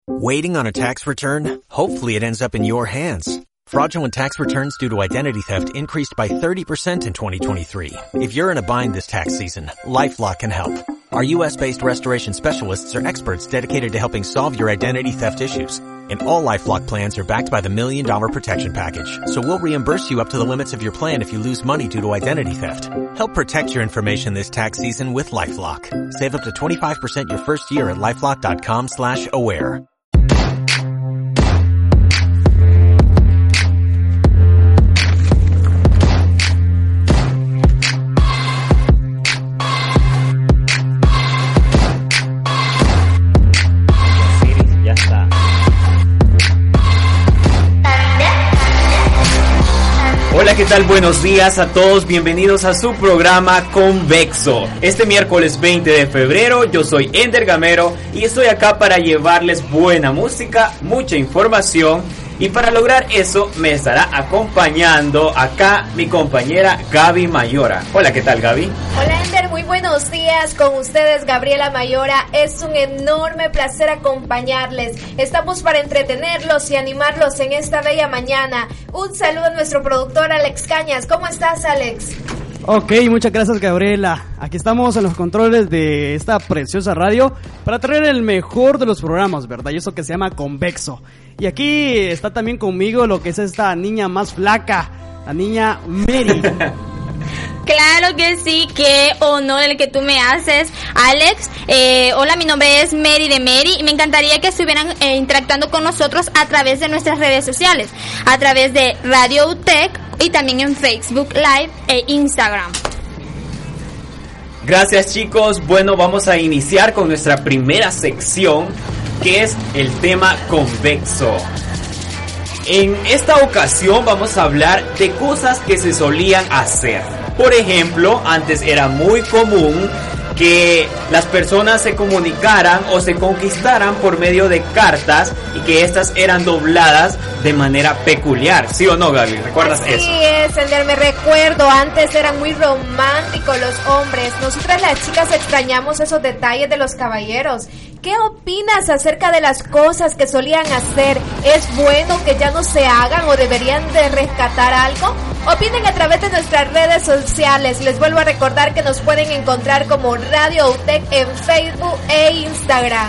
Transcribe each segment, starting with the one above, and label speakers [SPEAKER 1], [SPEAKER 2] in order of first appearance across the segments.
[SPEAKER 1] Waiting on a tax return? Hopefully it ends up in your hands. Fraudulent tax returns due to identity theft increased by 30% in 2023. If you're in a bind this tax season, LifeLock can help. Our U.S.-based restoration specialists are experts dedicated to helping solve your identity theft issues. And all LifeLock plans are backed by the $1 Million Protection Package. So we'll reimburse you up to the limits of your plan if you lose money due to identity theft. Help protect your information this tax season with LifeLock. Save up to 25% your first year at LifeLock.com/aware.
[SPEAKER 2] Hola, ¿qué tal? Buenos días a todos, bienvenidos a su programa Convexo. Este miércoles 20 de febrero, yo soy Ender Gamero y estoy acá para llevarles buena música, mucha información. Y para lograr eso me estará acompañando acá mi compañera Gaby Mayora. Hola, ¿qué tal, Gaby?
[SPEAKER 3] Hola, Ender, muy buenos días con ustedes, Gabriela Mayora. Es un enorme placer acompañarles. Estamos para entretenerlos y animarlos en esta bella mañana. Un saludo a nuestro productor Alex Cañas. ¿Cómo estás, Alex?
[SPEAKER 4] Ok, muchas gracias, Gabriela. Aquí estamos en los controles de esta preciosa radio para traer el mejor de los programas, ¿verdad? Y eso que se llama Convexo. Y aquí está también conmigo lo que es esta niña más flaca, la niña Mary.
[SPEAKER 5] Claro que sí, qué honor el que tú me haces, Alex. Hola, mi nombre es Mary de Mary y me encantaría que estuvieran interactuando con nosotros a través de nuestras redes sociales, a través de Radio UTEC y también en Facebook Live e Instagram.
[SPEAKER 2] Gracias, chicos. Bueno, vamos a iniciar con nuestra primera sección, que es el tema convexo. En esta ocasión vamos a hablar de cosas que se solían hacer. Por ejemplo, antes era muy común que las personas se comunicaran o se conquistaran por medio de cartas y que estas eran dobladas de manera peculiar. ¿Sí o no, Gaby? ¿Recuerdas eso?
[SPEAKER 3] Sí, es, Ender, me recuerdo. Antes eran muy románticos los hombres. Nosotras las chicas extrañamos esos detalles de los caballeros. ¿Qué opinas acerca de las cosas que solían hacer? ¿Es bueno que ya no se hagan o deberían de rescatar algo? Opinen a través de nuestras redes sociales. Les vuelvo a recordar que nos pueden encontrar como Radio UTEC en Facebook e Instagram.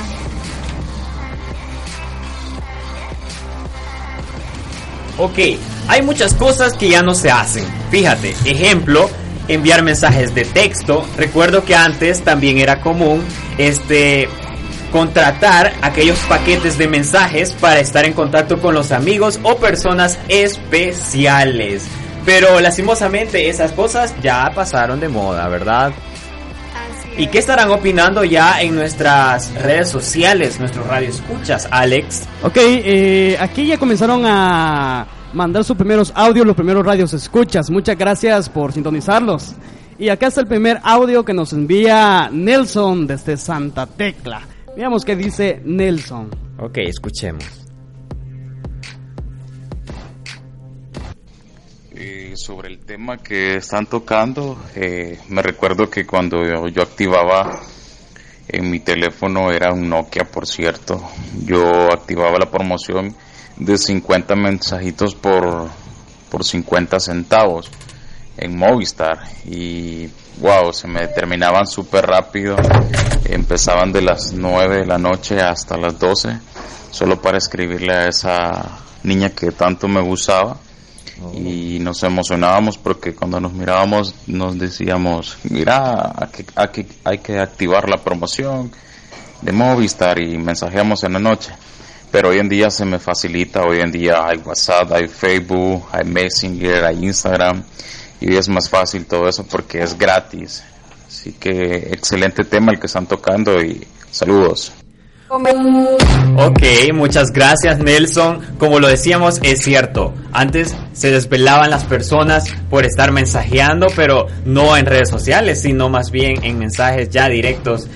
[SPEAKER 2] Ok, hay muchas cosas que ya no se hacen. Fíjate, ejemplo, enviar mensajes de texto. Recuerdo que antes también era común contratar aquellos paquetes de mensajes para estar en contacto con los amigos o personas especiales. Pero lastimosamente esas cosas ya pasaron de moda, ¿verdad? ¿Y qué estarán opinando ya en nuestras redes sociales, nuestros radioescuchas, Alex?
[SPEAKER 4] Ok, aquí ya comenzaron a mandar sus primeros audios, los primeros radios escuchas. Muchas gracias por sintonizarlos. Y acá está el primer audio que nos envía Nelson desde Santa Tecla. Veamos qué dice Nelson.
[SPEAKER 2] Ok, escuchemos.
[SPEAKER 6] Sobre el tema que están tocando, me recuerdo que cuando yo activaba en mi teléfono, era un Nokia, por cierto, yo activaba la promoción de 50 mensajitos por 50 centavos en Movistar y wow, se me terminaban súper rápido. Empezaban de las 9 de la noche hasta las 12 solo para escribirle a esa niña que tanto me gustaba. Y nos emocionábamos porque cuando nos mirábamos nos decíamos, mira, hay que activar la promoción de Movistar, y mensajeamos en la noche. Pero hoy en día se me facilita, hoy en día hay WhatsApp, hay Facebook, hay Messenger, hay Instagram, y es más fácil todo eso porque es gratis. Así que excelente tema el que están tocando y saludos.
[SPEAKER 2] Ok, muchas gracias, Nelson. Como lo decíamos, es cierto, antes se desvelaban las personas por estar mensajeando, pero no en redes sociales, sino más bien en mensajes ya directos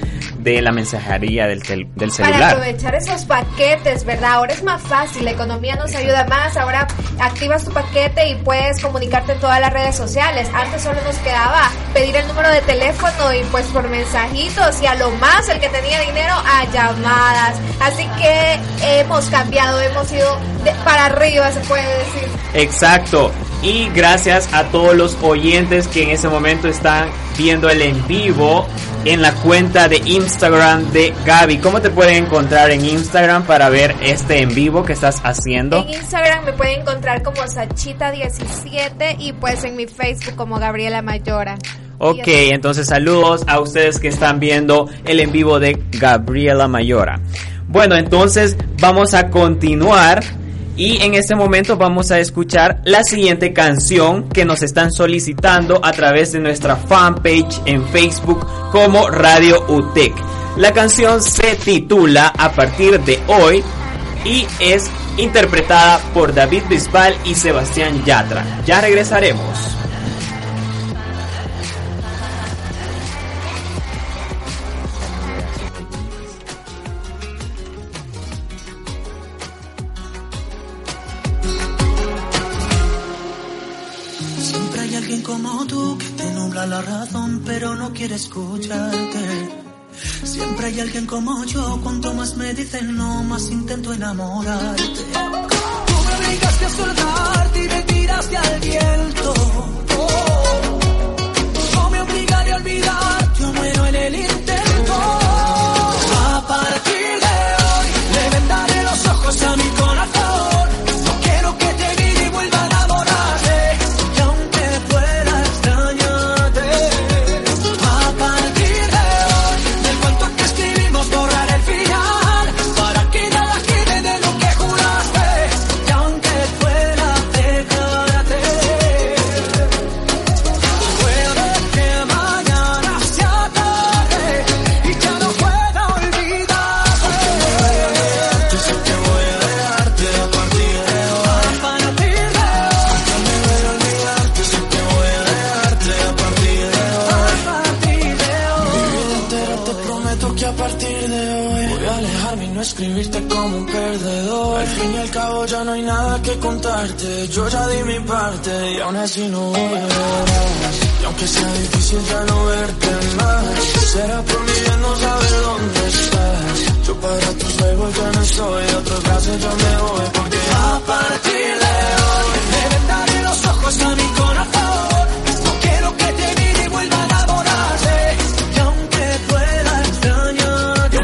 [SPEAKER 2] de la mensajería del
[SPEAKER 3] Para
[SPEAKER 2] celular.
[SPEAKER 3] aprovechar esos paquetes, ¿verdad? Ahora es más fácil, la economía nos ayuda más. Ahora activas tu paquete y puedes comunicarte en todas las redes sociales. Antes solo nos quedaba pedir el número de teléfono y pues por mensajitos, y a lo más el que tenía dinero a llamadas. Así que hemos cambiado, hemos ido para arriba, se puede decir.
[SPEAKER 2] Exacto. Y gracias a todos los oyentes que en ese momento están viendo el en vivo en la cuenta de Instagram de Gaby. ¿Cómo te pueden encontrar en Instagram para ver este en vivo que estás haciendo?
[SPEAKER 3] En Instagram me pueden encontrar como Sachita17 y pues en mi Facebook como Gabriela Mayora.
[SPEAKER 2] Ok, entonces saludos a ustedes que están viendo el en vivo de Gabriela Mayora. Bueno, entonces vamos a continuar. Y en este momento vamos a escuchar la siguiente canción que nos están solicitando a través de nuestra fanpage en Facebook como Radio UTEC. La canción se titula A Partir de Hoy y es interpretada por David Bisbal y Sebastián Yatra. Ya regresaremos.
[SPEAKER 7] Como tú que te nubla la razón pero no quiere escucharte. Siempre hay alguien como yo, cuanto más me dicen no, más intento enamorarte. Tú me obligaste a soltarte y me tiraste al viento. No me obligaré a olvidar, yo muero en el intento. A partir de hoy le vendaré los ojos a mi corazón. No quiero que te mire y vuelva a enamorarte. Escribirte como un perdedor. Al fin y al cabo ya no hay nada que contarte. Yo ya di mi parte y aún así no volverás. Y aunque sea difícil ya no verte más, será por mi bien no saber dónde estás. Yo para tus juegos ya no soy, de otros brazos yo me voy. Porque a partir de hoy me vendaré los ojos a mi corazón. No quiero que te mire y vuelva a enamorarse. Y aunque pueda extrañarte,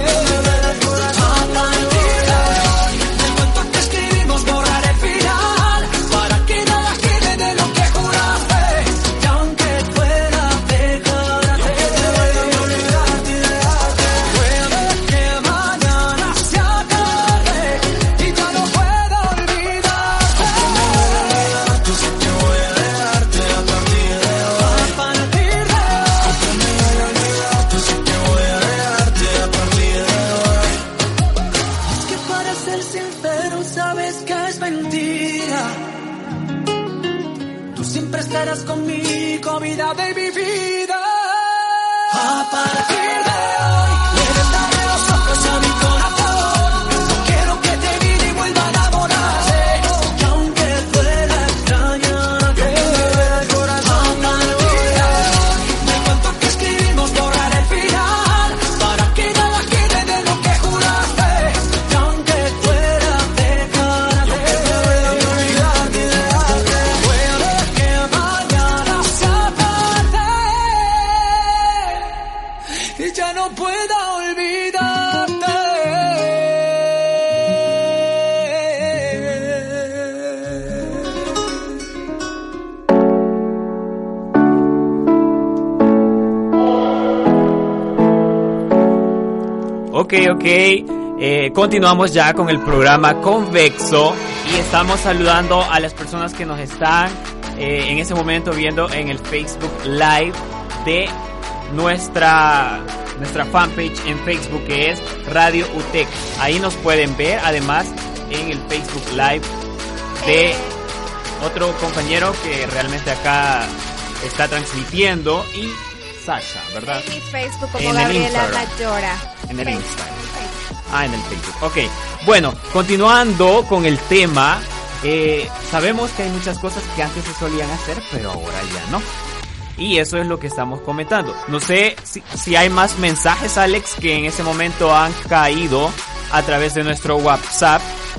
[SPEAKER 7] conmigo, vida de mi vida. A partir de hoy le vendaré los ojos a mi corazón. No quiero que te mire y vuelva a enamorarse. Y aunque pueda extrañarte, el corazón a partir de hoy del cuento que escribimos borrar el final, para que nada quede de lo que juraste. Y aunque pueda dejarte, y olvidarte y dejarte, puede que mañana se aparte y ya no pueda olvidarte.
[SPEAKER 2] Ok. Continuamos ya con el programa Convexo y estamos saludando a las personas que nos están en ese momento viendo en el Facebook Live de nuestra fanpage en Facebook, que es Radio UTEC. Ahí nos pueden ver, además en el Facebook Live de otro compañero que realmente acá está transmitiendo, y Sasha, ¿verdad?
[SPEAKER 3] En mi Facebook
[SPEAKER 2] En
[SPEAKER 3] como
[SPEAKER 2] el
[SPEAKER 3] Gabriela
[SPEAKER 2] Instagram.
[SPEAKER 3] Mayora.
[SPEAKER 2] En el
[SPEAKER 3] Facebook,
[SPEAKER 2] Instagram.
[SPEAKER 3] Facebook.
[SPEAKER 2] Ah, en el Facebook. Ok. Bueno, continuando con el tema. Sabemos que hay muchas cosas que antes se solían hacer, pero ahora ya no. Y eso es lo que estamos comentando. No sé si hay más mensajes, Alex, que en ese momento han caído a través de nuestro WhatsApp.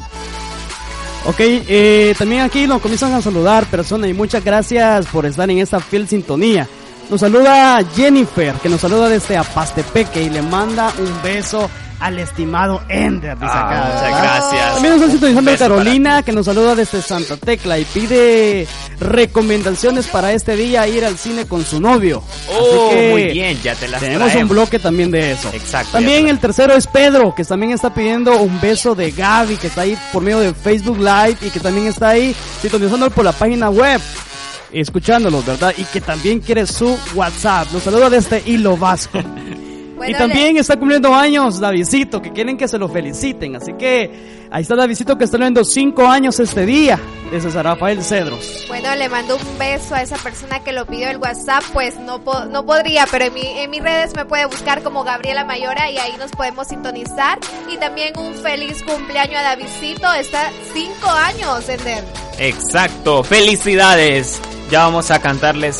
[SPEAKER 4] Ok, también aquí nos comienzan a saludar personas y muchas gracias por estar en esta fiel sintonía. Nos saluda Jennifer, que nos saluda desde Apastepeque y le manda un beso al estimado Ender, dice acá.
[SPEAKER 2] Muchas
[SPEAKER 4] ¿verdad?
[SPEAKER 2] gracias.
[SPEAKER 4] También nos está sintonizando
[SPEAKER 2] Un beso
[SPEAKER 4] Carolina, que nos saluda desde Santa Tecla y pide recomendaciones para este día ir al cine con su novio.
[SPEAKER 2] Oh,
[SPEAKER 4] Así que
[SPEAKER 2] muy bien, ya te las
[SPEAKER 4] tenemos
[SPEAKER 2] traemos.
[SPEAKER 4] un bloque también de eso.
[SPEAKER 2] Exacto.
[SPEAKER 4] También
[SPEAKER 2] ya
[SPEAKER 4] el tercero es Pedro, que también está pidiendo un beso de Gaby, que está ahí por medio de Facebook Live y que también está ahí sintonizando por la página web, escuchándolos, ¿verdad? Y que también quiere su WhatsApp. Nos saluda desde Hilo Vasco. Y
[SPEAKER 3] Bueno,
[SPEAKER 4] también está cumpliendo años Davidcito, que quieren que se lo feliciten. Así que ahí está Davidcito, que está cumpliendo 5 años este día, desde San Rafael Cedros.
[SPEAKER 3] Bueno, le mando un beso a esa persona que lo pidió el WhatsApp, pues no podría, pero en mis redes me puede buscar como Gabriela Mayora y ahí nos podemos sintonizar. Y también un feliz cumpleaños a Davidcito, está 5 años, Ender.
[SPEAKER 2] Exacto, felicidades. Ya vamos a cantarles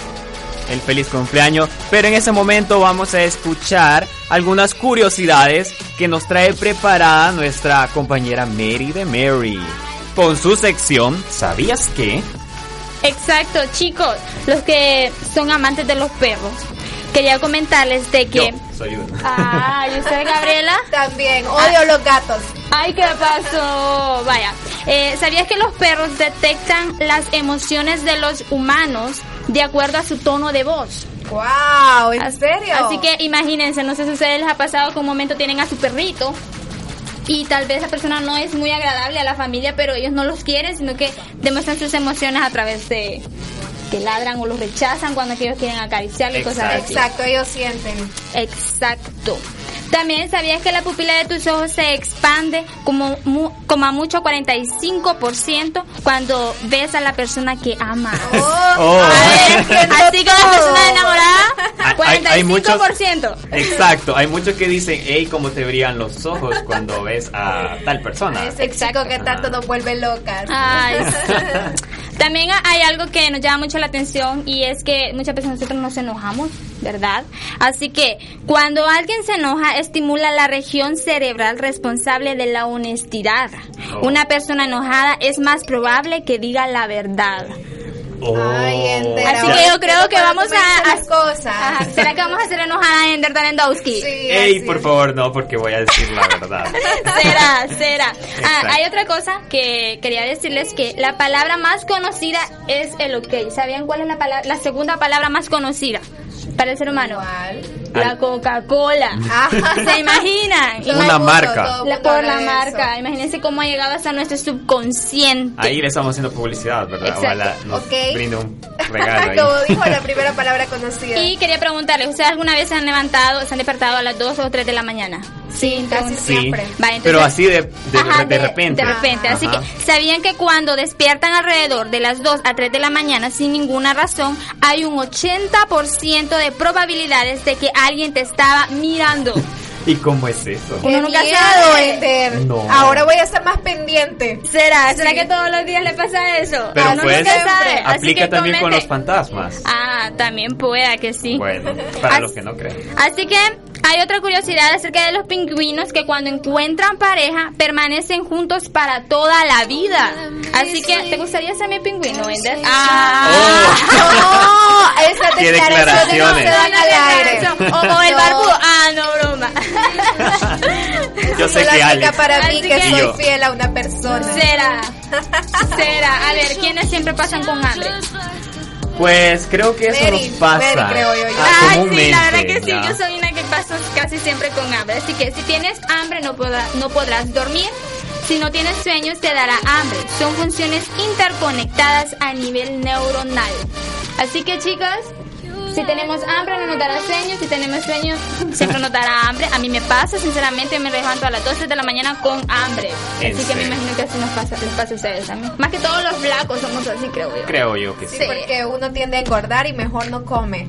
[SPEAKER 2] el feliz cumpleaños, pero en ese momento vamos a escuchar algunas curiosidades que nos trae preparada nuestra compañera Mary de Mary con su sección ¿Sabías qué?
[SPEAKER 5] Exacto, chicos, los que son amantes de los perros. Quería comentarles de que...
[SPEAKER 2] Yo soy uno.
[SPEAKER 5] Ah, ¿y usted, Gabriela?
[SPEAKER 3] También, odio los gatos.
[SPEAKER 5] Ay, ¿qué pasó? Vaya, ¿sabías que los perros detectan las emociones de los humanos de acuerdo a su tono de voz?
[SPEAKER 3] Wow, ¿en serio?
[SPEAKER 5] Así que imagínense, no sé si a ustedes les ha pasado que un momento tienen a su perrito y tal vez la persona no es muy agradable a la familia, pero ellos no los quieren, sino que demuestran sus emociones a través de que ladran o los rechazan cuando ellos quieren acariciarlo y cosas así.
[SPEAKER 3] Exacto, ellos sienten.
[SPEAKER 5] Exacto. También sabías que la pupila de tus ojos se expande como a mucho 45% cuando ves a la persona que amas.
[SPEAKER 2] Oh.
[SPEAKER 5] Así que la persona enamorada,
[SPEAKER 2] Hay muchos-
[SPEAKER 5] 45%.
[SPEAKER 2] Exacto, hay muchos que dicen, hey, cómo te brillan los ojos cuando ves a tal persona.
[SPEAKER 3] Ese
[SPEAKER 5] Exacto.
[SPEAKER 3] chico que tanto nos vuelve locas.
[SPEAKER 5] Ay, sí. También hay algo que nos llama mucho la atención y es que muchas veces nosotros nos enojamos, ¿verdad? Así que cuando alguien se enoja estimula la región cerebral responsable de la honestidad.
[SPEAKER 2] Oh.
[SPEAKER 5] Una persona enojada es más probable que diga la verdad.
[SPEAKER 3] Ay, Ender.
[SPEAKER 5] Así
[SPEAKER 3] ahora
[SPEAKER 5] que yo creo
[SPEAKER 3] entiendo
[SPEAKER 5] que
[SPEAKER 3] cuando
[SPEAKER 5] vamos
[SPEAKER 3] tú me dices
[SPEAKER 5] a...
[SPEAKER 3] las cosas.
[SPEAKER 5] Ajá, ¿será que vamos a hacer enojar a Ender Darendowski?
[SPEAKER 3] Sí,
[SPEAKER 2] Ey,
[SPEAKER 3] así
[SPEAKER 2] por
[SPEAKER 3] es.
[SPEAKER 2] favor, no, porque voy a decir la verdad.
[SPEAKER 5] Será.
[SPEAKER 2] Exacto.
[SPEAKER 5] Hay otra cosa que quería decirles, que la palabra más conocida es el ok. ¿Sabían cuál es la segunda palabra más conocida para el ser humano?
[SPEAKER 3] ¿Cuál?
[SPEAKER 5] La Coca-Cola.
[SPEAKER 3] Ajá.
[SPEAKER 5] ¿Se imaginan?
[SPEAKER 3] Todo
[SPEAKER 2] Una
[SPEAKER 3] el mundo,
[SPEAKER 2] marca.
[SPEAKER 3] todo el mundo
[SPEAKER 5] Por
[SPEAKER 3] habla
[SPEAKER 5] la
[SPEAKER 3] de
[SPEAKER 5] marca.
[SPEAKER 3] eso.
[SPEAKER 5] Imagínense cómo ha llegado hasta nuestro subconsciente.
[SPEAKER 2] Ahí le estamos haciendo publicidad, ¿verdad?
[SPEAKER 5] Exacto.
[SPEAKER 2] Ojalá nos
[SPEAKER 3] Ok.
[SPEAKER 2] brinde un regalo ahí.
[SPEAKER 3] Como dijo la primera palabra conocida.
[SPEAKER 5] Y quería preguntarles, ¿ustedes alguna vez se han despertado a las 2 o 3 de la mañana?
[SPEAKER 3] Sí, casi
[SPEAKER 2] Sí,
[SPEAKER 3] siempre.
[SPEAKER 5] Vale, entonces-
[SPEAKER 2] pero así de
[SPEAKER 5] Ajá,
[SPEAKER 2] repente.
[SPEAKER 5] De repente. Así
[SPEAKER 2] Ajá.
[SPEAKER 5] que, ¿sabían que cuando despiertan alrededor de las 2 a 3 de la mañana sin ninguna razón, hay un 80% de probabilidades de que alguien te estaba mirando?
[SPEAKER 2] ¿Y cómo es eso?
[SPEAKER 3] ¡Qué
[SPEAKER 5] Uno nunca
[SPEAKER 3] miedo,
[SPEAKER 5] sabe.
[SPEAKER 3] Ender!
[SPEAKER 2] No.
[SPEAKER 3] Ahora voy a estar más pendiente.
[SPEAKER 5] ¿Será
[SPEAKER 3] Sí.
[SPEAKER 5] que todos los días le pasa eso?
[SPEAKER 2] Pero
[SPEAKER 5] Uno
[SPEAKER 2] pues,
[SPEAKER 5] nunca sabe. Así
[SPEAKER 2] aplica
[SPEAKER 5] que
[SPEAKER 2] también con los
[SPEAKER 5] comenten.
[SPEAKER 2] fantasmas.
[SPEAKER 5] Ah, también pueda que sí.
[SPEAKER 2] Bueno, para
[SPEAKER 5] As-
[SPEAKER 2] los que no creen.
[SPEAKER 5] Así que hay otra curiosidad acerca de los pingüinos, que cuando encuentran pareja permanecen juntos para toda la vida. Así que, ¿te gustaría ser mi pingüino, Ender?
[SPEAKER 3] No, esas
[SPEAKER 2] Qué
[SPEAKER 3] declaraciones no se
[SPEAKER 2] declaraciones.
[SPEAKER 3] dan al aire.
[SPEAKER 5] O el
[SPEAKER 3] No.
[SPEAKER 5] barbudo. Ah, no, broma.
[SPEAKER 2] Yo sé
[SPEAKER 3] Solo
[SPEAKER 2] que
[SPEAKER 3] aplica
[SPEAKER 2] Alex.
[SPEAKER 3] para mí
[SPEAKER 5] Así
[SPEAKER 3] que
[SPEAKER 5] que-
[SPEAKER 2] Y
[SPEAKER 3] soy
[SPEAKER 2] yo.
[SPEAKER 3] fiel a una persona.
[SPEAKER 5] Será. A ver, ¿quiénes siempre pasan con hambre?
[SPEAKER 2] Pues creo que eso
[SPEAKER 3] Mary,
[SPEAKER 2] nos pasa.
[SPEAKER 3] Mary, creo yo.
[SPEAKER 2] Ah,
[SPEAKER 5] Ay, sí, la verdad
[SPEAKER 2] comúnmente,
[SPEAKER 5] que sí,
[SPEAKER 2] ya.
[SPEAKER 5] yo soy una que paso casi siempre con hambre. Así que si tienes hambre no podrás dormir. Si no tienes sueños te dará hambre. Son funciones interconectadas a nivel neuronal. Así que chicas, Si tenemos hambre no nos dará sueño, si tenemos sueño siempre nos dará hambre. A mí me pasa, sinceramente, me levanto a las 12 de la mañana con hambre. Así que me imagino que así les pasa a ustedes también. Más que todos los flacos somos así, creo yo.
[SPEAKER 2] Creo yo que sí.
[SPEAKER 3] Sí, porque uno tiende a engordar y mejor no come.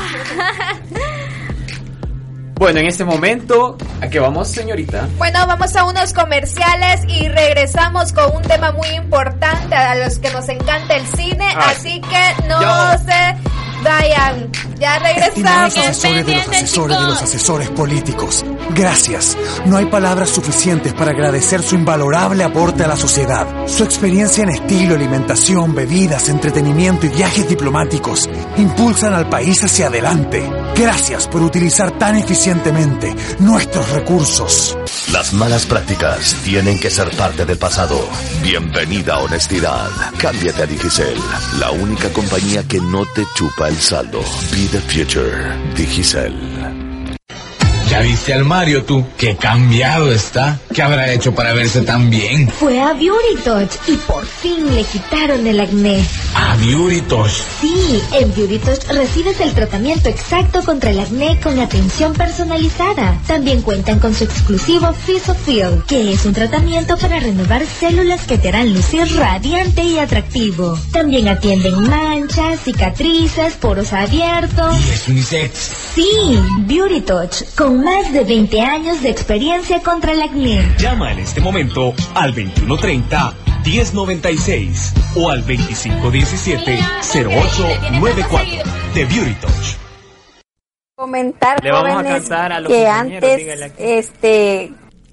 [SPEAKER 2] Bueno, en este momento, ¿a qué vamos, señorita?
[SPEAKER 3] Bueno, vamos a unos comerciales y regresamos con un tema muy importante a los que nos encanta el cine, así que no se vayan. Ya regresamos.
[SPEAKER 8] Asesores de los asesores de los asesores políticos. Gracias. No hay palabras suficientes para agradecer su invalorable aporte a la sociedad. Su experiencia en estilo, alimentación, bebidas, entretenimiento y viajes diplomáticos impulsan al país hacia adelante. Gracias por utilizar tan eficientemente nuestros recursos.
[SPEAKER 9] Las malas prácticas tienen que ser parte del pasado. Bienvenida a Honestidad. Cámbiate a Digicel, la única compañía que no te chupa el saldo. Be the future. Digicel.
[SPEAKER 10] ¿Ya viste al Mario tú? ¡Qué cambiado está! ¿Qué habrá hecho para verse tan bien?
[SPEAKER 11] Fue a Beauty Touch y por fin le quitaron el acné.
[SPEAKER 10] ¿A Beauty Touch?
[SPEAKER 11] Sí, en Beauty Touch recibes el tratamiento exacto contra el acné con atención personalizada. También cuentan con su exclusivo Physiofil, que es un tratamiento para renovar células que te harán lucir radiante y atractivo. También atienden manchas, cicatrices, poros abiertos.
[SPEAKER 10] ¿Y es unisex?
[SPEAKER 11] Sí, Beauty Touch, con más de 20 años de experiencia contra el acné.
[SPEAKER 12] Llama en este momento al 2130-1096 o al 2517-0894 de Beauty Touch.
[SPEAKER 13] Comentar,
[SPEAKER 2] Le vamos
[SPEAKER 13] jóvenes,
[SPEAKER 2] a cantar a los
[SPEAKER 13] que
[SPEAKER 2] compañeros, dígale aquí.
[SPEAKER 13] antes,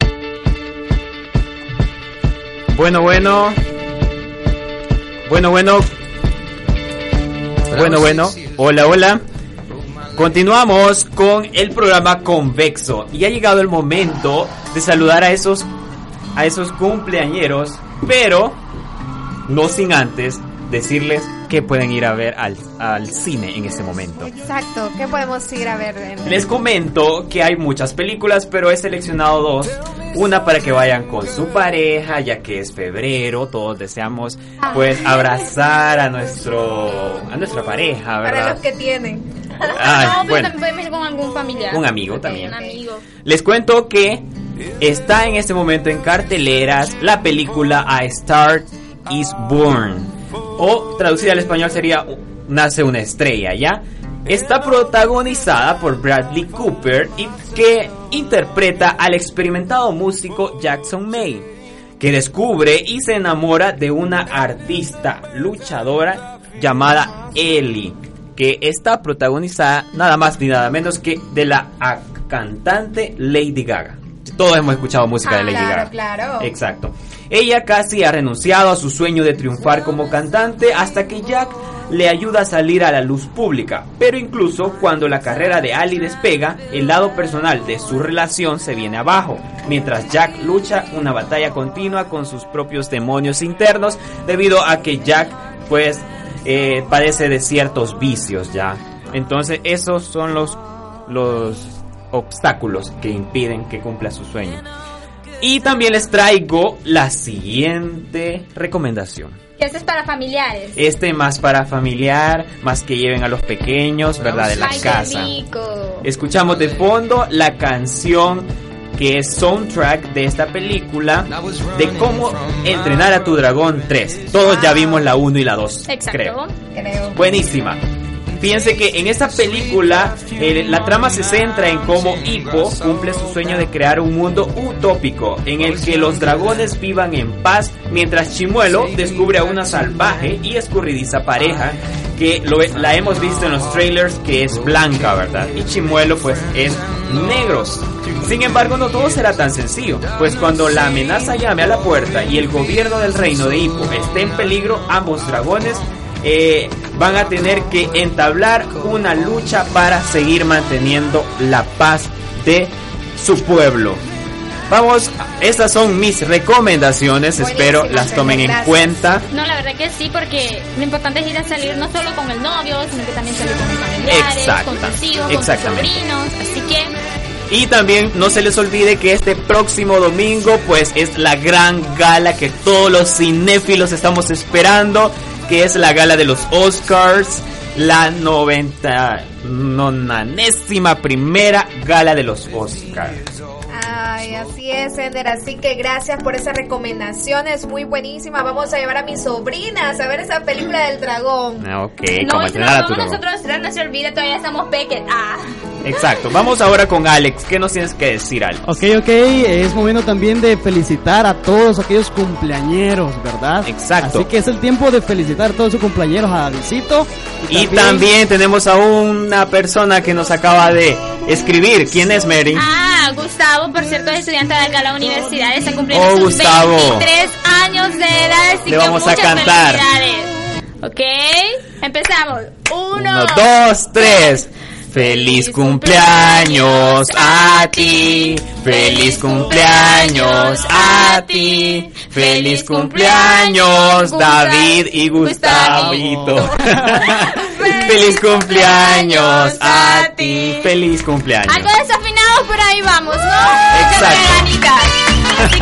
[SPEAKER 2] Bueno. Hola. Continuamos con el programa Convexo y ha llegado el momento de saludar a esos cumpleañeros, pero no sin antes decirles que pueden ir a ver al cine en este momento.
[SPEAKER 3] Exacto, ¿qué podemos ir a ver?
[SPEAKER 2] Les comento que hay muchas películas, pero he seleccionado dos. Una para que vayan con su pareja, ya que es febrero, todos deseamos pues abrazar a nuestra pareja, ¿verdad?
[SPEAKER 3] Para los que tienen.
[SPEAKER 5] No, bueno, podemos ir con algún familiar.
[SPEAKER 2] Un amigo también.
[SPEAKER 5] Un amigo.
[SPEAKER 2] Les cuento que está en este momento en carteleras la película A Star is Born, o traducida al español sería Nace una estrella, ¿ya? Está protagonizada por Bradley Cooper y que interpreta al experimentado músico Jackson May, que descubre y se enamora de una artista luchadora llamada Ellie, que está protagonizada nada más ni nada menos que de la cantante Lady Gaga. Todos hemos escuchado música de Lady Gaga.
[SPEAKER 3] Claro.
[SPEAKER 2] Exacto. Ella casi ha renunciado a su sueño de triunfar como cantante hasta que Jack le ayuda a salir a la luz pública. Pero incluso cuando la carrera de Ali despega, el lado personal de su relación se viene abajo, mientras Jack lucha una batalla continua con sus propios demonios internos debido a que Jack pues padece de ciertos vicios ya. Entonces esos son los obstáculos que impiden que cumpla su sueño. Y también les traigo la siguiente recomendación.
[SPEAKER 5] Este es para familiares.
[SPEAKER 2] Este más para familiar, más que lleven a los pequeños, ¿verdad? De la casa. Escuchamos de fondo la canción que es soundtrack de esta película de Cómo entrenar a tu dragón 3. Todos ya vimos la 1 y la 2.
[SPEAKER 5] Exacto.
[SPEAKER 3] Creo.
[SPEAKER 2] Buenísima. Fíjense que en esta película la trama se centra en cómo Hippo cumple su sueño de crear un mundo utópico en el que los dragones vivan en paz, mientras Chimuelo descubre a una salvaje y escurridiza pareja que la hemos visto en los trailers, que es blanca, ¿verdad? Y Chimuelo pues es negro. Sin embargo, no todo será tan sencillo, pues cuando la amenaza llame a la puerta y el gobierno del reino de Hippo esté en peligro, ambos dragones van a tener que entablar una lucha para seguir manteniendo la paz de su pueblo. Vamos, estas son mis recomendaciones, espero las tomen en cuenta.
[SPEAKER 5] No, la verdad que sí, porque lo importante es ir a salir no solo con el novio, sino que también salir con los familiares, con sus hijos, con sus sobrinos, así que...
[SPEAKER 2] Y también no se les olvide que este próximo domingo pues es la gran gala que todos los cinéfilos estamos esperando, que es la gala de los Oscars, la 90 primera gala de los Oscars.
[SPEAKER 3] Ay, así es, Ender, así que gracias por esa recomendación, es muy buenísima. Vamos a llevar a mis sobrinas a ver esa película del dragón.
[SPEAKER 2] Ok,
[SPEAKER 5] No,
[SPEAKER 2] como
[SPEAKER 5] si
[SPEAKER 2] entrenar a
[SPEAKER 5] nos
[SPEAKER 2] tu
[SPEAKER 5] vamos
[SPEAKER 2] dragón.
[SPEAKER 5] nosotros, no se olvide, todavía estamos pequeños.
[SPEAKER 2] Exacto, vamos ahora con Alex. ¿Qué nos tienes que decir, Alex?
[SPEAKER 4] Ok, es momento también de felicitar a todos aquellos cumpleañeros, ¿verdad?
[SPEAKER 2] Exacto.
[SPEAKER 4] Así que es el tiempo de felicitar a todos sus cumpleañeros, a Davidcito.
[SPEAKER 2] Y también tenemos a una persona que nos acaba de escribir. ¿Quién es, Mary?
[SPEAKER 5] Gustavo, por cierto, es estudiante de acá en la universidad, está cumpliendo sus
[SPEAKER 2] Gustavo.
[SPEAKER 5] 23 años de edad, así
[SPEAKER 2] Le
[SPEAKER 5] que
[SPEAKER 2] vamos a
[SPEAKER 5] muchas
[SPEAKER 2] cantar.
[SPEAKER 5] felicidades. Ok, empezamos.
[SPEAKER 2] 1, 2, 3. Feliz cumpleaños a ti, feliz cumpleaños a ti, feliz cumpleaños David y Gustavito. Feliz cumpleaños a ti, feliz cumpleaños.
[SPEAKER 5] Algo desafinados, pero ahí vamos, ¿no?
[SPEAKER 2] Exacto.
[SPEAKER 5] Así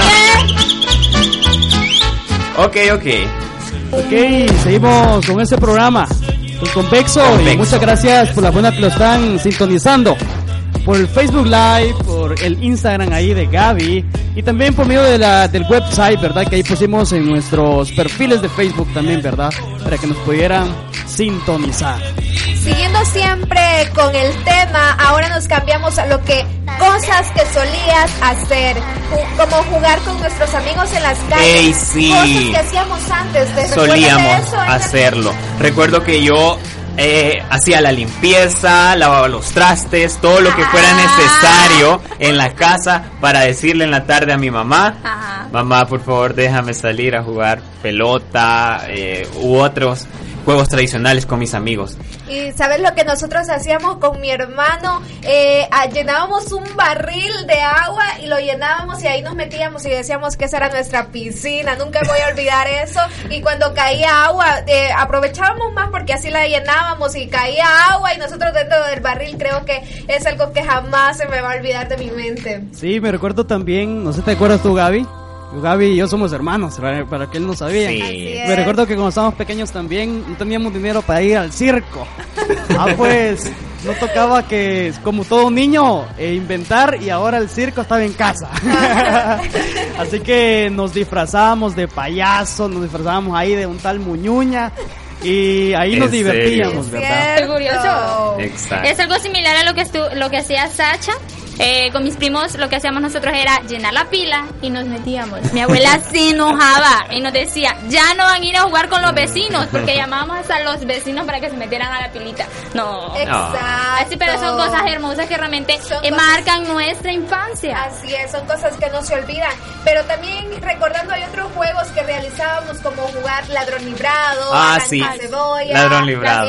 [SPEAKER 5] que...
[SPEAKER 4] Ok, seguimos con este programa, pues Convexo, y muchas gracias por la buena que lo están sintonizando por el Facebook Live, por el Instagram ahí de Gaby y también por medio de del website, ¿verdad? Que ahí pusimos en nuestros perfiles de Facebook también, ¿verdad? Para que nos pudieran sintonizar.
[SPEAKER 3] Siguiendo siempre con el tema, ahora nos cambiamos a lo que cosas que solías hacer, como jugar con nuestros amigos en las calles.
[SPEAKER 2] ¡Ey, sí!
[SPEAKER 3] Cosas que hacíamos antes.
[SPEAKER 2] Solíamos
[SPEAKER 3] eso,
[SPEAKER 2] hacerlo. Recuerdo que yo hacía la limpieza, lavaba los trastes, todo lo que fuera necesario en la casa para decirle en la tarde a mi mamá, mamá, por favor, déjame salir a jugar pelota u otros juegos tradicionales con mis amigos.
[SPEAKER 3] Y ¿sabes lo que nosotros hacíamos con mi hermano? Llenábamos un barril de agua y lo llenábamos y ahí nos metíamos y decíamos que esa era nuestra piscina. Nunca voy a olvidar eso. Y cuando caía agua, aprovechábamos más porque así la llenábamos y caía agua y nosotros dentro del barril. Creo que es algo que jamás se me va a olvidar de mi mente.
[SPEAKER 4] Sí, me recuerdo también, no sé, ¿te acuerdas tú, Gaby? Gaby y yo somos hermanos, para que él no sabía.
[SPEAKER 2] Sí.
[SPEAKER 4] Me recuerdo que cuando estábamos pequeños también no teníamos dinero para ir al circo. Pues no tocaba que, como todo niño, inventar, y ahora el circo estaba en casa. Así que nos disfrazábamos de payaso, nos disfrazábamos ahí de un tal Muñuña. Y ahí nos divertíamos, ¿verdad?
[SPEAKER 5] Es curioso.
[SPEAKER 2] Exacto.
[SPEAKER 5] Es algo similar a lo que hacía Sacha. Con mis primos lo que hacíamos nosotros era llenar la pila y nos metíamos. Mi abuela se enojaba y nos decía, ya no van a ir a jugar con los vecinos, porque llamábamos a los vecinos para que se metieran a la pilita. No.
[SPEAKER 3] Exacto.
[SPEAKER 5] Así, pero son cosas hermosas que realmente marcan nuestra infancia.
[SPEAKER 3] Así es, son cosas que no se olvidan. Pero también recordando, hay otros juegos que realizábamos, como jugar ladrón librado,
[SPEAKER 2] sí.
[SPEAKER 3] cebolla,
[SPEAKER 2] Ladrón librado.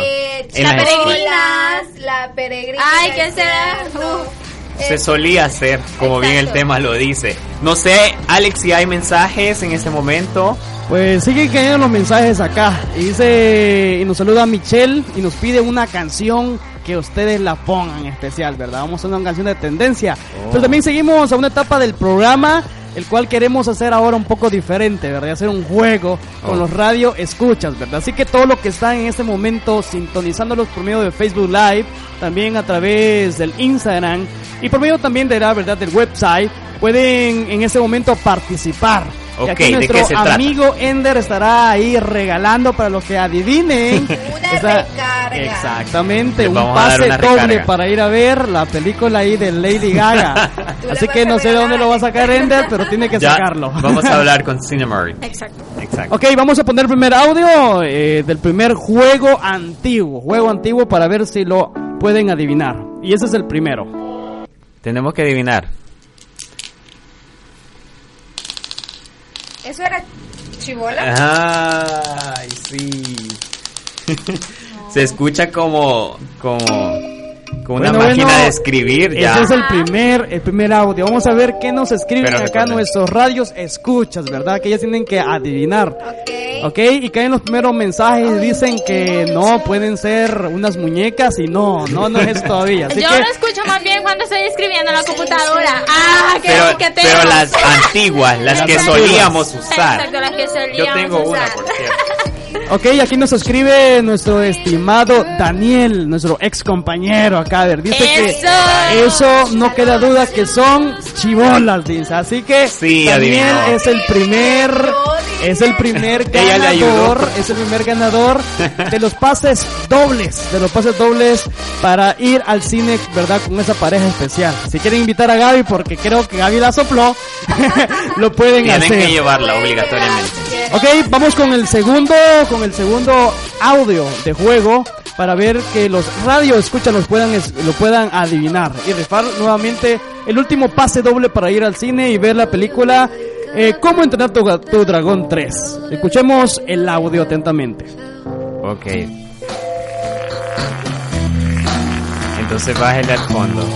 [SPEAKER 3] La peregrina.
[SPEAKER 5] Ay, ¿qué será?
[SPEAKER 2] Se solía hacer, como bien el tema lo dice. No sé, Alex, si hay mensajes en este momento.
[SPEAKER 4] Pues siguen cayendo los mensajes acá. Y nos saluda Michelle y nos pide una canción que ustedes la pongan en especial, ¿verdad? Vamos a hacer una canción de tendencia. Pero también seguimos a una etapa del programa, el cual queremos hacer ahora un poco diferente, ¿verdad? Hacer un juego con los radio escuchas, ¿verdad? Así que todo lo que están en este momento sintonizándolos por medio de Facebook Live, también a través del Instagram y por medio también de la verdad del website, pueden en este momento participar.
[SPEAKER 2] Ok,
[SPEAKER 4] y aquí
[SPEAKER 2] ¿de
[SPEAKER 4] nuestro
[SPEAKER 2] qué se trata?
[SPEAKER 4] amigo Ender estará ahí regalando para los que adivinen.
[SPEAKER 3] Una recarga.
[SPEAKER 4] Exactamente,
[SPEAKER 2] Les
[SPEAKER 4] un
[SPEAKER 2] vamos a dar
[SPEAKER 4] pase
[SPEAKER 2] una
[SPEAKER 4] doble
[SPEAKER 2] recarga.
[SPEAKER 4] para ir a ver la película ahí de Lady Gaga. Así que no sé de dónde lo va a sacar Ender, pero tiene que
[SPEAKER 2] Ya
[SPEAKER 4] sacarlo.
[SPEAKER 2] vamos a hablar con Cinemark.
[SPEAKER 5] Exacto.
[SPEAKER 4] Ok, vamos a poner el primer audio del primer juego antiguo para ver si lo pueden adivinar. Y ese es el primero.
[SPEAKER 2] Tenemos que adivinar.
[SPEAKER 3] ¿Eso era chibola?
[SPEAKER 2] Ay, sí. Se escucha como una máquina de escribir ya.
[SPEAKER 4] Ese es el primer audio. Vamos a ver qué nos escriben
[SPEAKER 2] Pero
[SPEAKER 4] acá
[SPEAKER 2] recuerden.
[SPEAKER 4] nuestros radios escuchas, ¿verdad? Que ellas tienen que adivinar. Ok, y caen los primeros mensajes, dicen que no, pueden ser unas muñecas y no es eso todavía. Así
[SPEAKER 5] Yo
[SPEAKER 4] que
[SPEAKER 5] lo escucho más bien cuando estoy escribiendo en la computadora.
[SPEAKER 2] Pero las antiguas, las que solíamos usar.
[SPEAKER 5] Exacto, las que solíamos
[SPEAKER 2] Yo tengo una,
[SPEAKER 5] usar.
[SPEAKER 2] por cierto.
[SPEAKER 4] Ok, aquí nos escribe nuestro estimado Daniel, nuestro ex compañero acá. A ver, dice que eso no queda duda que son chibolas, dice. Así que
[SPEAKER 2] sí,
[SPEAKER 4] Daniel
[SPEAKER 2] adivinó.
[SPEAKER 4] es el primer ganador de los pases dobles para ir al cine, ¿verdad? Con esa pareja especial. Si quieren invitar a Gaby, porque creo que Gaby la sopló, lo pueden hacer.
[SPEAKER 2] Tienen que llevarla obligatoriamente.
[SPEAKER 4] Ok, vamos con el segundo audio de juego para ver que los radioescuchas lo puedan adivinar y rifar nuevamente el último pase doble para ir al cine y ver la película ¿Cómo entrenar tu dragón 3? Escuchemos el audio atentamente.
[SPEAKER 2] Ok. Entonces bájale al fondo.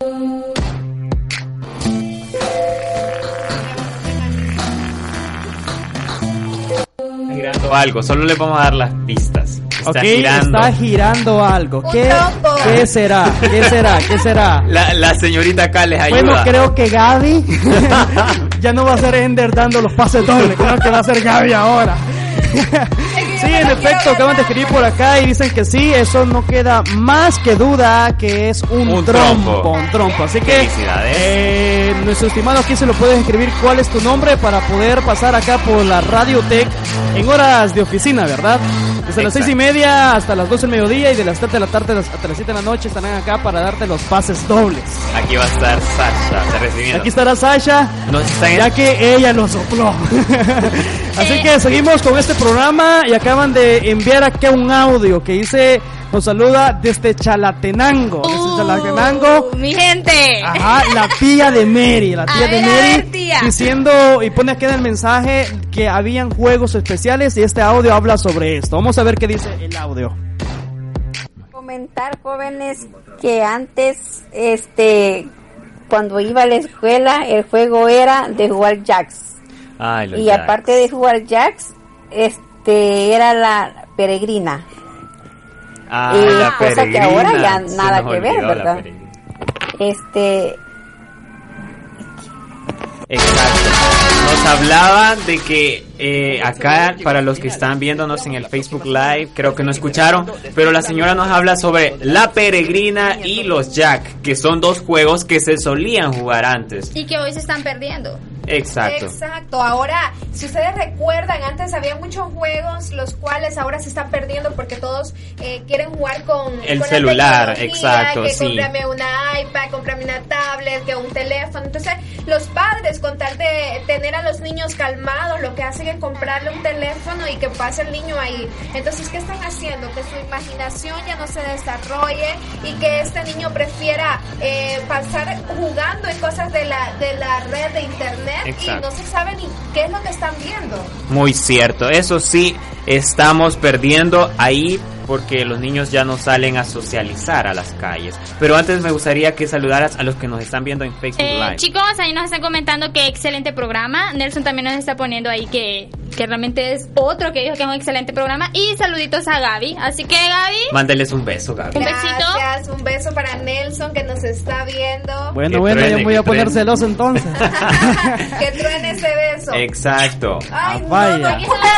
[SPEAKER 2] Girando algo, solo le vamos a dar las pistas. Está girando.
[SPEAKER 4] Está girando algo. ¿Qué será? ¿Qué será?
[SPEAKER 2] La señorita acá les ayuda.
[SPEAKER 4] Bueno, creo que Gaby ya no va a ser Ender dando los pases dobles. Creo que va a ser Gaby ahora. Sí, en efecto, acaban de escribir por acá y dicen que sí, eso no queda más que duda que es un trompo. Así que nuestro estimado aquí se lo puedes escribir cuál es tu nombre para poder pasar acá por la Radiotech en horas de oficina, ¿verdad? Desde las 6:30 hasta las 12 del mediodía y de las 3 de la tarde hasta las 7 de la noche estarán acá para darte los pases dobles.
[SPEAKER 2] Aquí va a estar Sasha recibiendo.
[SPEAKER 4] Aquí estará Sasha, ya que ella lo sopló. Así que seguimos con este programa y acaban de enviar acá un audio que dice, nos saluda desde Chalatenango.
[SPEAKER 5] Mi gente.
[SPEAKER 4] Ajá, la tía de Mary, diciendo y pone aquí en el mensaje que habían juegos especiales y este audio habla sobre esto. Vamos a ver qué dice el audio.
[SPEAKER 13] Comentar, jóvenes, que antes, cuando iba a la escuela, el juego era de jugar jacks. Y
[SPEAKER 2] jacks.
[SPEAKER 13] Aparte de jugar jacks, era la peregrina.
[SPEAKER 2] La
[SPEAKER 13] cosa
[SPEAKER 2] peregrina.
[SPEAKER 13] Que ahora ya nada que ver,
[SPEAKER 2] la
[SPEAKER 13] ¿verdad?
[SPEAKER 2] Exacto. Nos hablaban de que acá, para los que están viéndonos en el Facebook Live, creo que no escucharon, pero la señora nos habla sobre la peregrina y los Jack, que son dos juegos que se solían jugar antes.
[SPEAKER 5] Y que hoy se están perdiendo.
[SPEAKER 3] Exacto. Ahora, si ustedes recuerdan, antes había muchos juegos los cuales ahora se están perdiendo porque todos quieren jugar con
[SPEAKER 2] el celular. Exacto,
[SPEAKER 3] que
[SPEAKER 2] sí.
[SPEAKER 3] cómprame una iPad, cómprame una tablet, que un teléfono. Entonces, los padres, con tal de tener a los niños calmados, lo que hacen es comprarle un teléfono y que pase el niño ahí. Entonces, ¿qué están haciendo? Que su imaginación ya no se desarrolle y que este niño prefiera pasar jugando en cosas de la red de internet. Exacto. Y no se sabe ni qué es lo que están viendo.
[SPEAKER 2] Muy cierto, eso sí, estamos perdiendo ahí porque los niños ya no salen a socializar a las calles. Pero antes me gustaría que saludaras a los que nos están viendo en Facebook Live.
[SPEAKER 5] Chicos, ahí nos están comentando que excelente programa. Nelson también nos está poniendo ahí que realmente es otro que dijo que es un excelente programa. Y saluditos a Gaby. Así que Gaby,
[SPEAKER 2] mándeles un beso, Gaby.
[SPEAKER 5] Un besito.
[SPEAKER 3] Gracias, un beso para Nelson que nos está viendo.
[SPEAKER 4] Bueno, yo me voy a poner celoso entonces.
[SPEAKER 3] Que truene ese beso.
[SPEAKER 2] Exacto.
[SPEAKER 3] Ay,
[SPEAKER 4] vaya.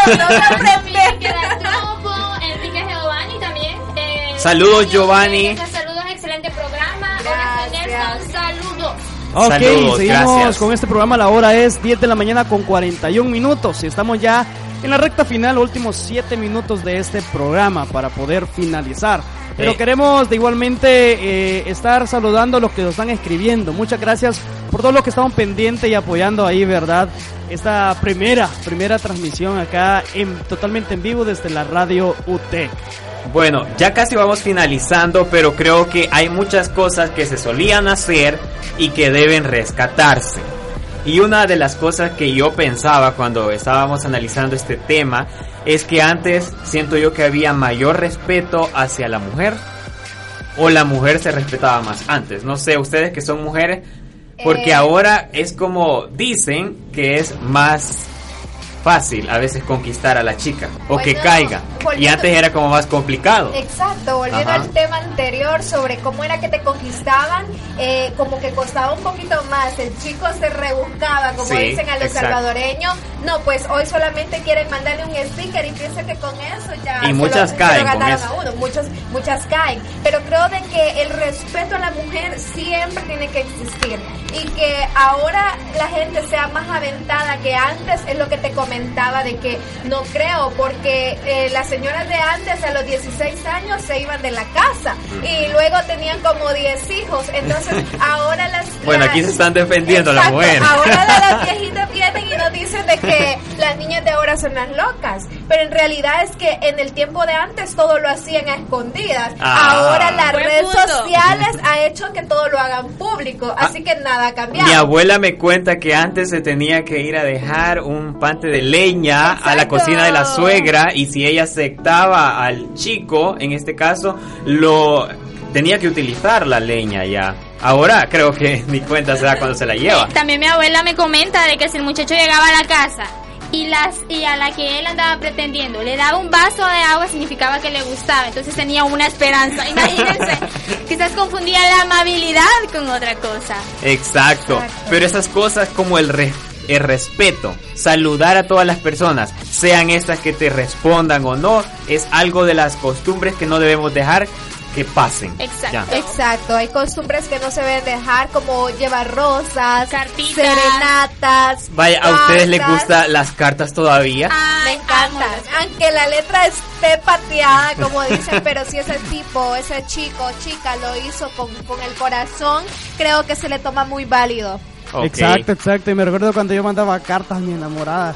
[SPEAKER 5] Enrique Giovanni también.
[SPEAKER 2] Saludos, Giovanni.
[SPEAKER 5] Saludos, excelente programa. Nelson, saludos.
[SPEAKER 4] Ok,
[SPEAKER 2] saludos,
[SPEAKER 4] seguimos
[SPEAKER 2] gracias.
[SPEAKER 4] con este programa. La hora es 10 de la mañana con 41 minutos y estamos ya en la recta final, últimos 7 minutos de este programa para poder finalizar. Pero queremos de igualmente estar saludando a los que nos están escribiendo. Muchas gracias por todos los que estaban pendientes y apoyando ahí, ¿verdad? Esta primera transmisión acá totalmente en vivo desde la radio UTEC.
[SPEAKER 2] Bueno, ya casi vamos finalizando, pero creo que hay muchas cosas que se solían hacer y que deben rescatarse. Y una de las cosas que yo pensaba cuando estábamos analizando este tema es que antes siento yo que había mayor respeto hacia la mujer, o la mujer se respetaba más antes. No sé, ustedes que son mujeres, porque ahora es como dicen que es más fácil a veces conquistar a la chica o
[SPEAKER 3] Bueno,
[SPEAKER 2] que caiga. Y antes era como más complicado.
[SPEAKER 3] Exacto, volviendo
[SPEAKER 2] Ajá.
[SPEAKER 3] al tema anterior sobre cómo era que te conquistaban, como que costaba un poquito más, el chico se rebuscaba, como
[SPEAKER 2] Sí,
[SPEAKER 3] dicen a los
[SPEAKER 2] exacto.
[SPEAKER 3] salvadoreños. No, pues hoy solamente quieren mandarle un sticker y piensa que con eso ya
[SPEAKER 2] Y muchas caen
[SPEAKER 3] se lo
[SPEAKER 2] con
[SPEAKER 3] ganaron
[SPEAKER 2] eso.
[SPEAKER 3] a uno, muchas caen. Pero creo de que el respeto a la mujer siempre tiene que existir y que ahora la gente sea más aventada que antes, es lo que te comentaba de que no creo, porque las señoras de antes a los 16 años se iban de la casa y luego tenían como 10 hijos, entonces ahora
[SPEAKER 2] Bueno, aquí se están defendiendo las
[SPEAKER 3] Exacto,
[SPEAKER 2] mujeres.
[SPEAKER 3] ahora las viejitas vienen y nos dicen de que las niñas de ahora son las locas, pero en realidad es que en el tiempo de antes todo lo hacían a escondidas. Ahora las
[SPEAKER 5] Buen
[SPEAKER 3] redes
[SPEAKER 5] punto.
[SPEAKER 3] sociales ha hecho que todo lo hagan público, así que nada ha cambiado.
[SPEAKER 2] Mi abuela me cuenta que antes se tenía que ir a dejar un pante de leña a la cocina de la suegra y si ella aceptaba al chico, en este caso, lo tenía que utilizar la leña ya. Ahora creo que ni cuenta se da cuando se la lleva.
[SPEAKER 5] También mi abuela me comenta de que si el muchacho llegaba a la casa y a la que él andaba pretendiendo le daba un vaso de agua, significaba que le gustaba, entonces tenía una esperanza. Imagínense, quizás confundía la amabilidad con otra cosa.
[SPEAKER 2] Exacto. Pero esas cosas como el respeto, saludar a todas las personas, sean estas que te respondan o no, es algo de las costumbres que no debemos dejar que pasen.
[SPEAKER 5] Exacto.
[SPEAKER 2] Ya.
[SPEAKER 3] Exacto, hay costumbres que no se deben dejar, como llevar rosas,
[SPEAKER 5] cartitas,
[SPEAKER 3] serenatas.
[SPEAKER 2] Vaya, ¿a ustedes les
[SPEAKER 3] cartas.
[SPEAKER 2] gustan las cartas todavía?
[SPEAKER 3] Me encantan, aunque la letra esté pateada, como dicen, pero si ese tipo, ese chico o chica lo hizo con el corazón, creo que se le toma muy válido.
[SPEAKER 2] Okay.
[SPEAKER 4] Exacto. Y me recuerdo cuando yo mandaba cartas a mis enamoradas.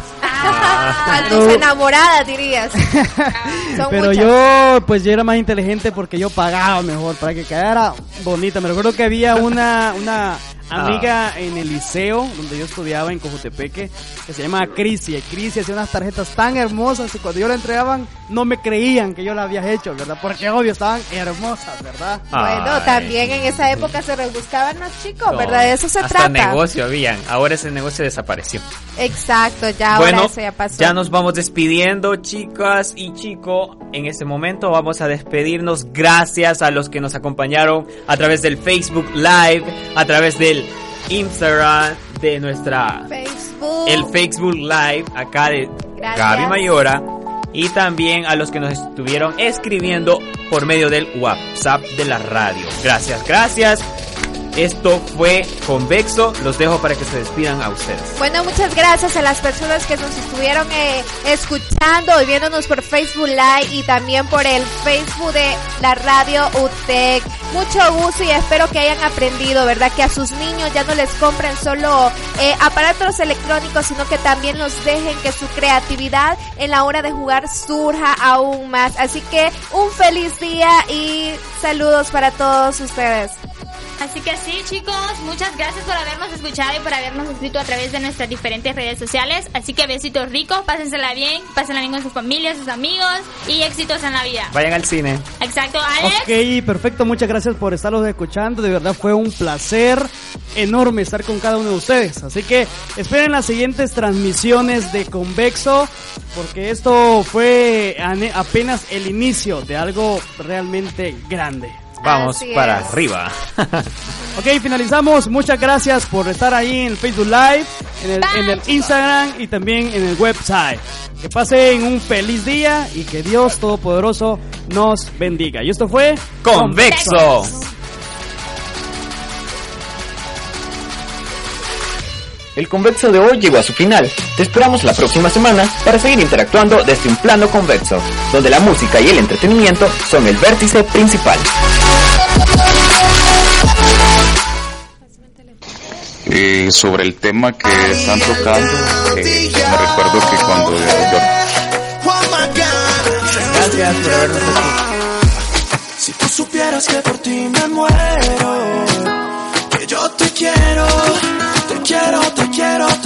[SPEAKER 3] A tus enamoradas, dirías. Son
[SPEAKER 4] Pero
[SPEAKER 3] muchas.
[SPEAKER 4] yo era más inteligente porque yo pagaba mejor para que quedara bonita. Me recuerdo que había una amiga en el liceo donde yo estudiaba en Cojutepeque que se llama Crisia. Crisia hacía unas tarjetas tan hermosas y cuando yo la entregaban no me creían que yo la había hecho, ¿verdad? Porque obvio estaban hermosas, ¿verdad?
[SPEAKER 3] Bueno, también en esa época se rebuscaban los chicos, ¿verdad? De eso se
[SPEAKER 2] hasta
[SPEAKER 3] trata.
[SPEAKER 2] negocio habían, ahora ese negocio desapareció.
[SPEAKER 3] Exacto, ya
[SPEAKER 2] Bueno,
[SPEAKER 3] ahora eso ya pasó.
[SPEAKER 2] ya nos vamos despidiendo, chicas y chicos. En este momento vamos a despedirnos. Gracias a los que nos acompañaron a través del Facebook Live, a través del Instagram de nuestra el Facebook Live acá de
[SPEAKER 3] Gracias.
[SPEAKER 2] Gaby Mayora, y también a los que nos estuvieron escribiendo por medio del WhatsApp de la radio. Gracias. Esto fue Convexo. Los dejo para que se despidan a ustedes.
[SPEAKER 3] Bueno, muchas gracias a las personas que nos estuvieron escuchando y viéndonos por Facebook Live y también por el Facebook de la radio UTEC. Mucho gusto y espero que hayan aprendido, ¿verdad? Que a sus niños ya no les compren solo aparatos electrónicos, sino que también los dejen que su creatividad en la hora de jugar surja aún más. Así que un feliz día y saludos para todos ustedes.
[SPEAKER 5] Así que sí, chicos, muchas gracias por habernos escuchado y por habernos escrito a través de nuestras diferentes redes sociales. Así que besitos ricos, pásenla bien con su familia, sus amigos y éxitos en la vida.
[SPEAKER 2] Vayan al cine.
[SPEAKER 5] Exacto, Alex.
[SPEAKER 4] Ok, perfecto, muchas gracias por estarlos escuchando. De verdad fue un placer enorme estar con cada uno de ustedes. Así que esperen las siguientes transmisiones de Convexo, porque esto fue apenas el inicio de algo realmente grande.
[SPEAKER 2] Vamos
[SPEAKER 3] Así
[SPEAKER 2] para
[SPEAKER 3] es.
[SPEAKER 2] arriba.
[SPEAKER 4] Ok, finalizamos. Muchas gracias por estar ahí en el Facebook Live, en el Instagram y también en el website. Que pasen un feliz día y que Dios Todopoderoso nos bendiga. Y esto fue
[SPEAKER 2] Convexo.
[SPEAKER 14] El Convexo de hoy llegó a su final. Te esperamos la próxima semana para seguir interactuando desde un plano convexo, donde la música y el entretenimiento son el vértice principal.
[SPEAKER 6] Sobre el tema que están tocando, me recuerdo que cuando yo...
[SPEAKER 2] Gracias por habernos escuchado.
[SPEAKER 7] Si tú supieras que por ti me muero, que yo te quiero, te quiero, te quiero.